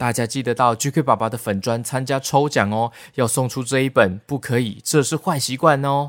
大家记得到 GK 爸爸的粉专参加抽奖哦，要送出这一本不可以，这是坏习惯哦。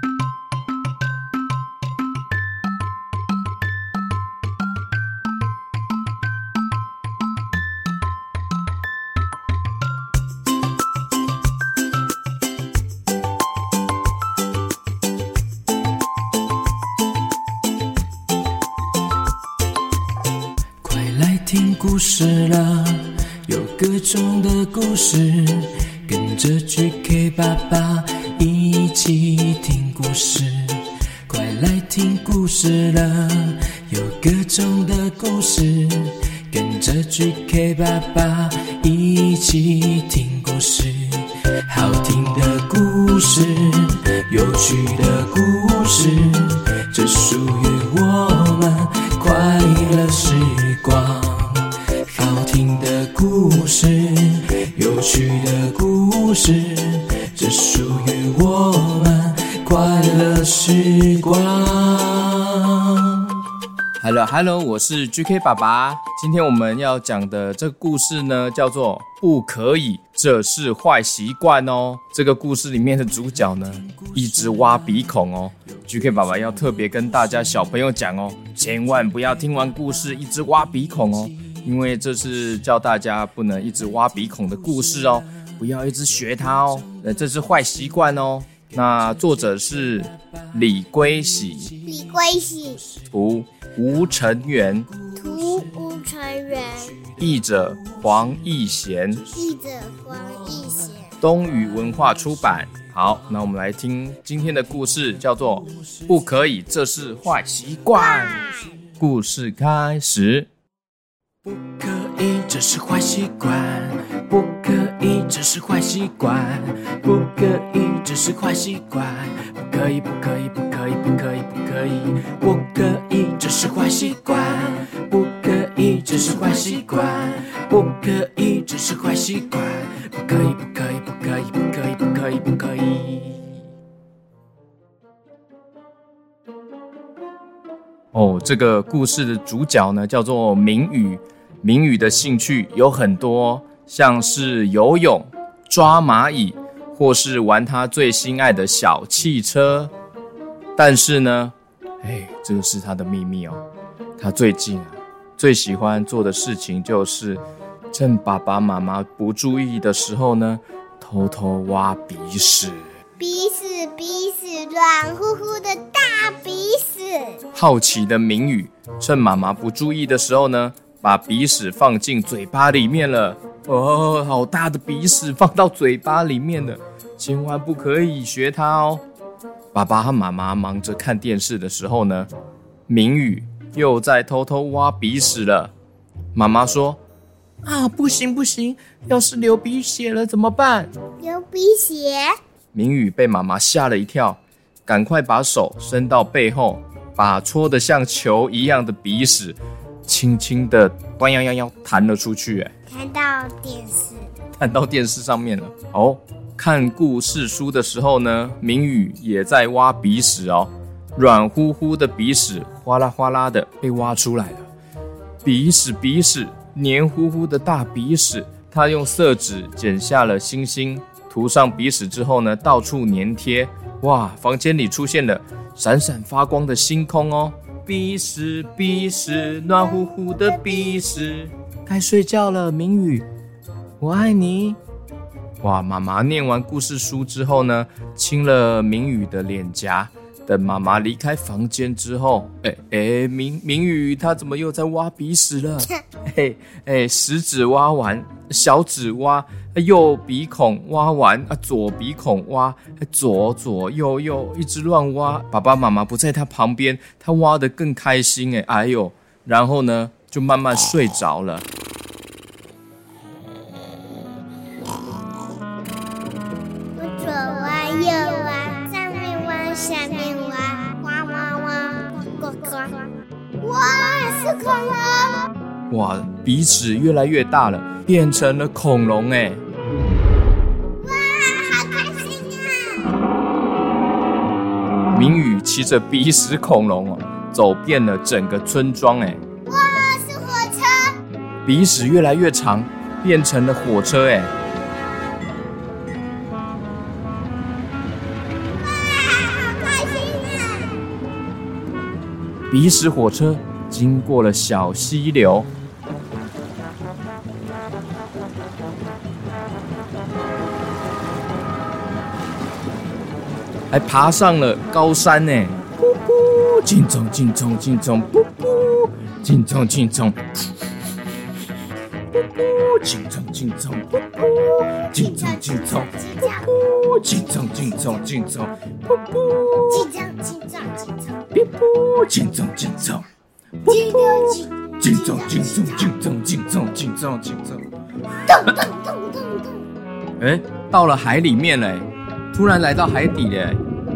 快来听故事了，有各种的故事，跟着 GK 爸爸一起听故事。快来听故事了，有各种的故事，跟着 GK 爸爸一起听故事。好听的故事，有趣的故事，这属于我们快乐时光。好听的故事，有趣的故事，这属于我们快乐时光。 Hello， 我是 GK 爸爸。今天我们要讲的这个故事呢，叫做不可以，这是坏习惯哦。这个故事里面的主角呢，一直挖鼻孔哦。GK 爸爸要特别跟大家小朋友讲哦，千万不要听完故事一直挖鼻孔哦，因为这是叫大家不能一直挖鼻孔的故事哦，不要一直学它哦，这是坏习惯哦。那作者是李圭喜，图吴成元，译者黄义贤，东宇文化出版。好，那我们来听今天的故事，叫做不可以，这是坏习惯。故事开始。 不可以，这是坏习惯。不可以，这是坏习惯。不可以，这是坏习惯。不可以，不可以，不可以，不可以，不可以。不可以，这是坏习惯。不可以，这是坏习惯。不可以，这是坏习惯。不可以，不可以，不可以，不可以，不可以，不可以。 哦，这个故事的主角呢，叫做明宇。明宇的兴趣有很多，像是游泳、抓蚂蚁，或是玩他最心爱的小汽车。但是呢，这个是他的秘密哦。他最近最喜欢做的事情就是趁爸爸妈妈不注意的时候呢，偷偷挖鼻屎。 鼻屎，软乎乎的大鼻屎。 好奇的明宇趁妈妈不注意的时候呢，把鼻屎放进嘴巴里面了。哦，好大的鼻屎放到嘴巴里面了，千万不可以学他哦。爸爸和妈妈忙着看电视的时候呢，明宇又在偷偷挖鼻屎了。妈妈说：不行，要是流鼻血了怎么办？ 流鼻血？ 明宇被妈妈吓了一跳，赶快把手伸到背后，把搓得像球一样的鼻屎轻轻的弹了出去。弹到电视上面了。看故事书的时候呢，明宇也在挖鼻屎哦。软乎乎的鼻屎哗啦哗啦的被挖出来了。鼻屎，黏糊糊的大鼻屎。他用色纸剪下了星星，涂上鼻屎之后呢，到处粘贴。哇，房间里出现了闪闪发光的星空哦。鼻屎，暖乎乎的鼻屎。该睡觉了，明宇，我爱你。哇，妈妈念完故事书之后呢，亲了明宇的脸颊。等妈妈离开房间之后，明宇他怎么又在挖鼻屎了？食指挖完，小指挖，右鼻孔挖完，左鼻孔挖，左右一直乱挖。爸爸妈妈不在他旁边，他挖得更开心。然后呢，就慢慢睡着了。 我左挖右挖，上面挖下面挖，挖挖挖，呱呱。哇，是恐龙！ 哇，鼻屎越来越大了，变成了恐龙。 哇，好开心啊！ 明宇骑着鼻屎恐龙走遍了整个村庄。 哇，是火车！ 鼻屎越来越长， 变成了火车哎！ 好开心啊！ 鼻屎火车经过了小溪流，还爬上了高山呢！噗噗，进冲进冲进冲，噗噗，进冲进冲。进冲进冲，噗噗，进冲进冲，噗噗，进冲进冲进冲，噗噗， 进冲， 噗噗，进冲进冲，噗噗，进冲进冲进冲进冲进冲进冲， 咚咚咚咚咚。 哎，到了海里面了，突然来到海底了。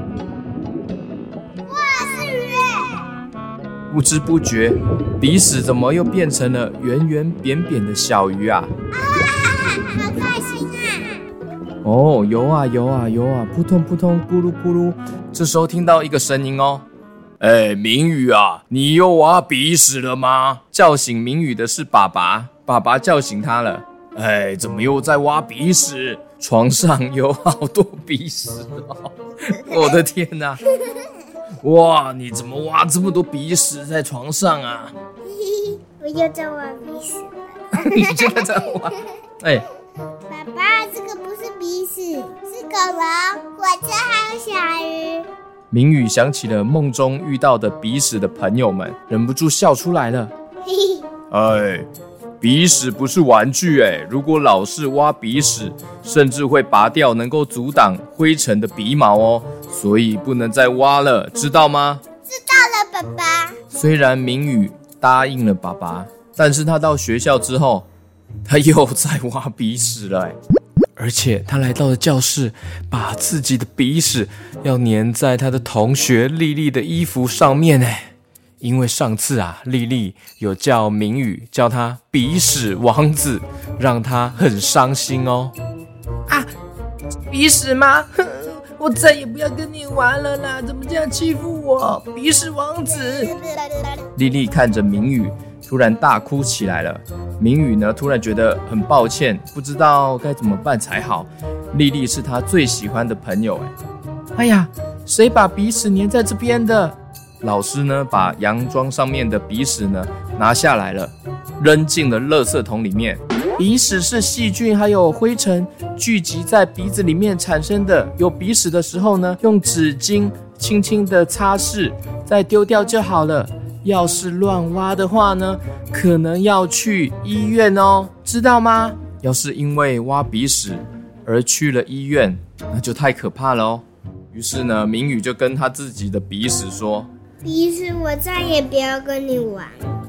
哇，是鱼！ 不知不觉，鼻屎怎么又变成了圆圆扁扁的小鱼啊？ 好开心啊！ 哦，游啊游啊游啊，扑通扑通，咕噜咕噜。这时候听到一个声音哦，哎，明宇啊，你又挖鼻屎了吗？叫醒明宇的是爸爸，爸爸叫醒他了。哎，怎么又在挖鼻屎？床上有好多鼻屎哦！我的天哪！哇，你怎么挖这么多鼻屎在床上啊？ 我又在挖鼻屎了。 你现在在挖？哎， 爸爸，这个不是鼻屎，是狗笼、火车还有小鱼。 明宇想起了梦中遇到的鼻屎的朋友们，忍不住笑出来了。哎，鼻屎不是玩具哎，如果老是挖鼻屎，甚至会拔掉能够阻挡灰尘的鼻毛哦，所以不能再挖了，知道吗？ 知道了，爸爸。 虽然明宇答应了爸爸，但是他到学校之后，他又在挖鼻屎了哎。而且他来到了教室，把自己的鼻屎要粘在他的同学丽丽的衣服上面哎。因为上次啊，丽丽有叫明宇叫他鼻屎王子，让他很伤心哦。啊，鼻屎吗？我再也不要跟你玩了啦！怎么这样欺负我，鼻屎王子？丽丽看着明宇，突然大哭起来了。明宇呢，突然觉得很抱歉，不知道该怎么办才好。丽丽是他最喜欢的朋友哎呀，谁把鼻屎粘在这边的？老师呢，把洋装上面的鼻屎呢拿下来了，扔进了垃圾桶里面。鼻屎是细菌还有灰尘聚集在鼻子里面产生的，有鼻屎的时候呢，用纸巾轻轻的擦拭，再丢掉就好了。要是乱挖的话呢，可能要去医院哦，知道吗？要是因为挖鼻屎而去了医院，那就太可怕了哦。于是呢，明宇就跟他自己的鼻屎说： 鼻屎，我再也不要跟你玩。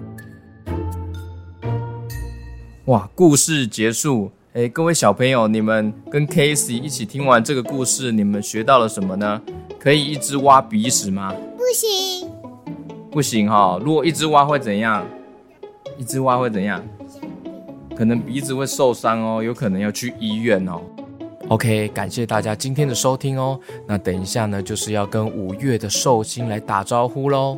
哇，故事结束。各位小朋友，你们跟 Casey 一起听完这个故事，你们学到了什么呢？可以一直挖鼻屎吗？ 不行， 不行哈。如果一直挖会怎样？一直挖会怎样？可能鼻子会受伤哦，有可能要去医院哦。OK， 感谢大家今天的收听哦。那等一下呢，就是要跟5月的寿星来打招呼咯。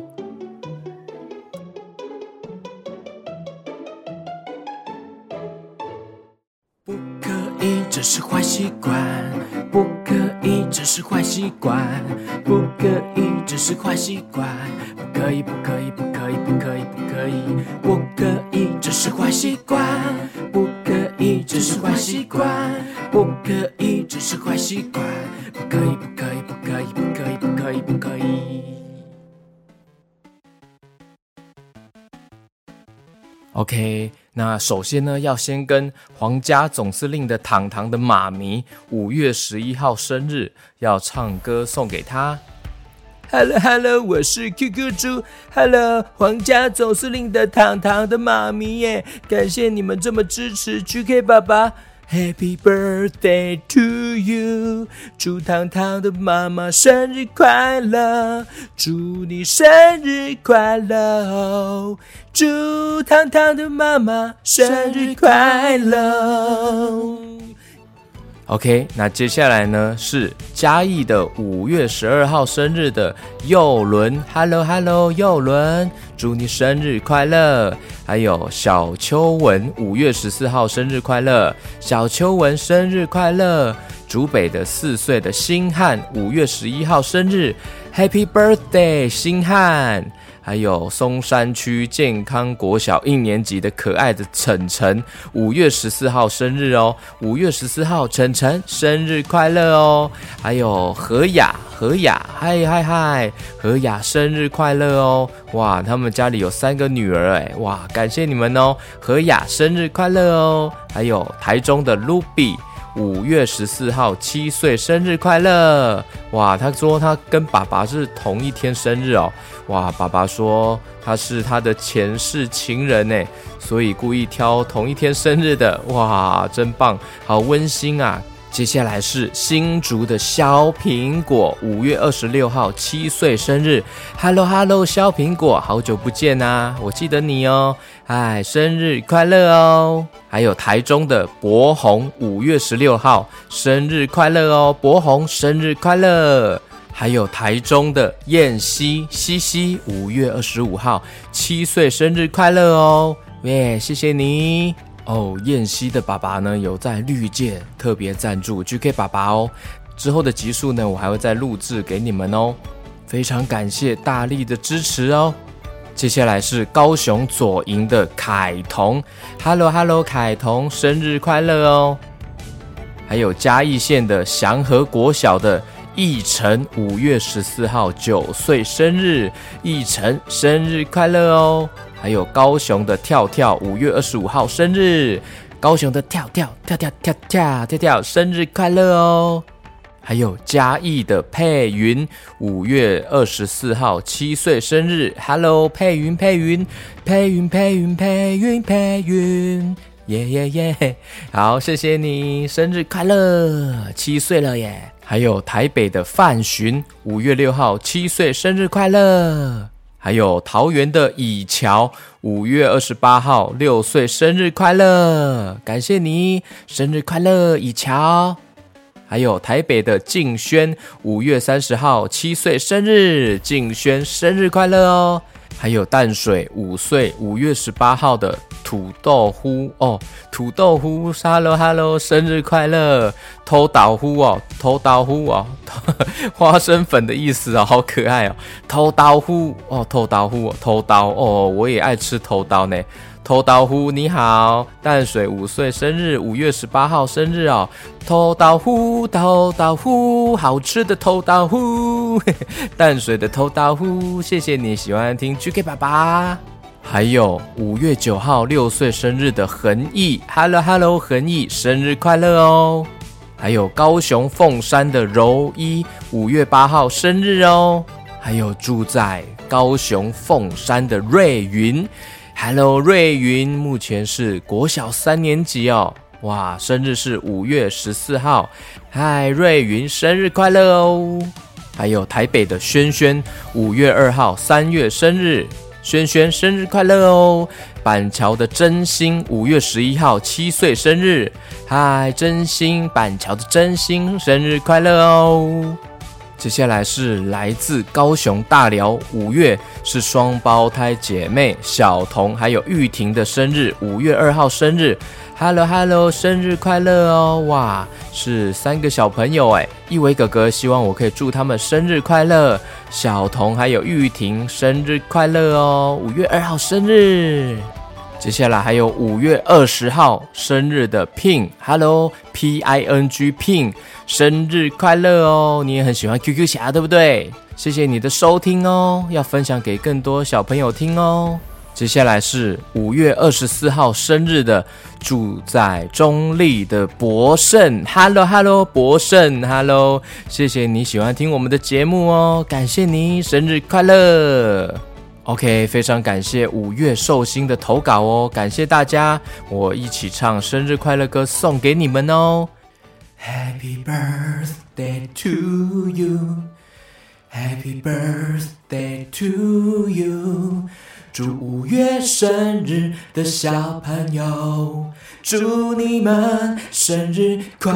不可以，这是坏习惯。不可以，这是坏习惯。不可以，这是坏习惯。不可以，不可以，不可以，不可以，不可以。不可以，这是坏习惯。不可以，这是坏习惯。不可以，这是坏习惯。不可以，不可以，不可以，不可以，不可以，不可以。 OK， 那首先呢，要先跟皇家总司令的糖糖的妈咪5月11号生日，要唱歌送给他。Hello， 我是 QQ 猪。Hello， 皇家总司令的糖糖的妈咪耶，感谢你们这么支持 GK 爸爸。Happy birthday to you， 祝糖糖的妈妈生日快乐，祝你生日快乐，祝糖糖的妈妈生日快乐。 OK， 那接下来呢是嘉义的5月12号生日的佑伦 ，Hello 佑伦，祝你生日快乐！还有小秋文5月14号生日快乐，小秋文生日快乐！竹北的4岁的星汉5月11号生日 ，Happy Birthday 星汉！还有松山区健康国小1年级的可爱的晨晨5月14号生日哦，5月14号晨晨生日快乐哦！还有何雅，嗨，何雅生日快乐哦！哇，他们家里有3个女儿哎，哇，感谢你们哦，何雅生日快乐哦！还有台中的 Ruby。5月14号7岁生日快乐！哇，他说他跟爸爸是同一天生日哦。哇，爸爸说他是他的前世情人呢，所以故意挑同一天生日的。哇，真棒，好温馨啊！接下来是新竹的萧苹果5月26号7岁生日 ，Hello 萧苹果，好久不见啊，我记得你哦，哎，生日快乐哦！还有台中的博宏5月16号生日快乐哦，博宏生日快乐！还有台中的燕西西5月25号7岁生日快乐哦，耶，谢谢你。哦，燕西的爸爸呢有在绿界特别赞助 GK 爸爸哦，之后的集数呢我还会再录制给你们哦，非常感谢大力的支持哦。接下来是高雄左营的凯彤 ，Hello 凯彤生日快乐哦。还有嘉义县的祥和国小的奕晨5月14号9岁生日，奕晨生日快乐哦。还有高雄的跳跳5月25号生日，高雄的跳跳生日快乐哦。还有嘉义的佩云5月24号7岁生日 ，Hello 佩云，耶，好，谢谢你，生日快乐，7岁了耶。还有台北的范寻5月6号7岁生日快乐。还有桃园的以乔5月28号6岁生日快乐，感谢你，生日快乐以乔。还有台北的静轩5月30号7岁生日，静轩生日快乐哦。还有淡水5岁5月18号的土豆糊哦，土豆糊 ，Hello 生日快乐，偷岛糊哦，花生粉的意思哦，好可爱哦，偷刀糊哦，我也爱吃头刀呢。偷刀糊你好，淡水5岁生日5月18号生日哦，偷刀糊，好吃的偷刀糊，淡水的偷刀糊，谢谢你喜欢听 GK 爸爸。还有5月9号6岁生日的恒毅 ，Hello 恒毅生日快乐哦。还有高雄凤山的柔一5月8号生日哦。还有住在高雄凤山的瑞云。Hello 瑞云，目前是国小3年级哦，哇，生日是5月14号，嗨，瑞云生日快乐哦！还有台北的轩轩5月2号3月生日，轩轩生日快乐哦！板桥的真心5月11号7岁生日，嗨，真心，板桥的真心生日快乐哦！接下来是来自高雄大寮5月，是双胞胎姐妹小彤还有玉婷的生日，5月2号生日。Hello 生日快乐哦！哇，是3个小朋友哎，一伟哥哥希望我可以祝他们生日快乐，小彤还有玉婷生日快乐哦，5月2号生日。接下来还有5月20号生日的 Ping，Hello Ping Ping， 生日快乐哦！你也很喜欢 QQ 侠对不对？谢谢你的收听哦，要分享给更多小朋友听哦。接下来是5月24号生日的住在中立的博胜 ，Hello 博胜 ，Hello， 谢谢你喜欢听我们的节目哦，感谢你，生日快乐。OK， 非常感谢5月寿星的投稿哦，感谢大家，我一起唱生日快乐歌送给你们哦。Happy birthday to you, Happy birthday to you， 祝5月生日的小朋友，祝你们生日快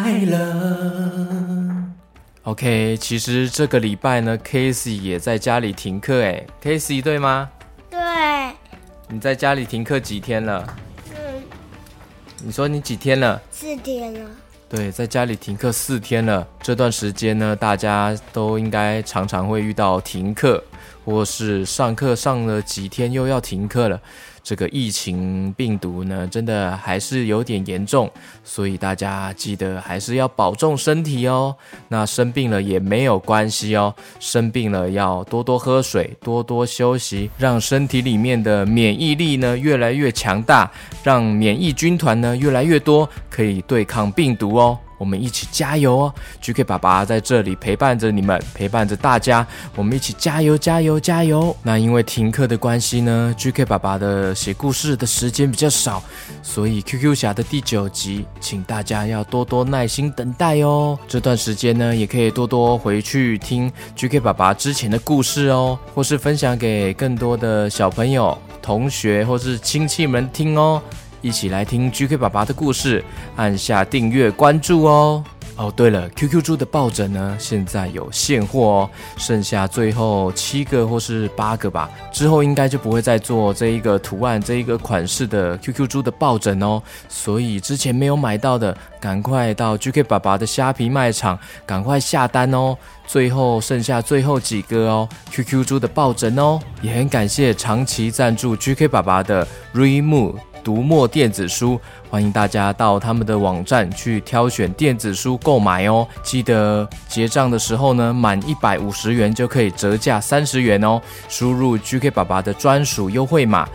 乐。 OK， 其实这个礼拜呢 ，Casey 也在家里停课诶 ，Casey 对吗？ 对。 你在家里停课几天了？你说你几天了 ？4天了。 对，在家里停课4天了。这段时间呢，大家都应该常常会遇到停课，或是上课上了几天又要停课了。这个疫情病毒呢，真的还是有点严重，所以大家记得还是要保重身体哦。那生病了也没有关系哦，生病了要多多喝水，多多休息，让身体里面的免疫力呢越来越强大，让免疫军团呢越来越多，可以对抗病毒哦。我们一起加油哦 ！GK 爸爸在这里陪伴着你们，陪伴着大家，我们一起加油加油加油！那因为停课的关系呢 ，GK 爸爸的写故事的时间比较少，所以 QQ 侠的第9集，请大家要多多耐心等待哦。这段时间呢，也可以多多回去听 GK 爸爸之前的故事哦，或是分享给更多的小朋友、同学或是亲戚们听哦。一起来听 GK 爸爸的故事，按下订阅关注哦。哦，对了 ，QQ 猪的抱枕呢，现在有现货哦，剩下最后7个或是8个吧，之后应该就不会再做这一个图案、这一个款式的 QQ 猪的抱枕哦。所以之前没有买到的，赶快到 GK 爸爸的虾皮卖场，赶快下单哦。最后剩下最后几个哦 ，QQ 猪的抱枕哦，也很感谢长期赞助 GK 爸爸的 Readmoo。读墨电子书，欢迎大家到他们的网站去挑选电子书购买哦。记得结账的时候呢，满150元就可以折价30元哦。输入 GK 爸爸的专属优惠码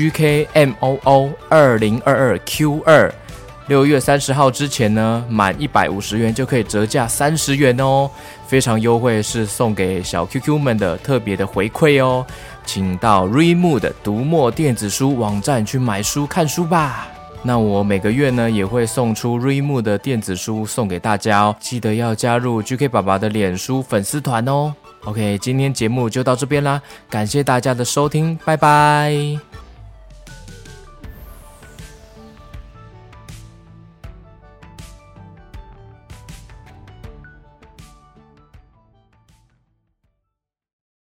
GKMOO2022Q2。6月30号之前呢，满150元就可以折价30元哦，非常优惠，是送给小 QQ 们的特别的回馈哦。请到 Readmoo 的读墨电子书网站去买书看书吧。那我每个月呢也会送出 Readmoo 的电子书送给大家哦，记得要加入 GK 爸爸的脸书粉丝团哦。OK， 今天节目就到这边啦，感谢大家的收听，拜拜。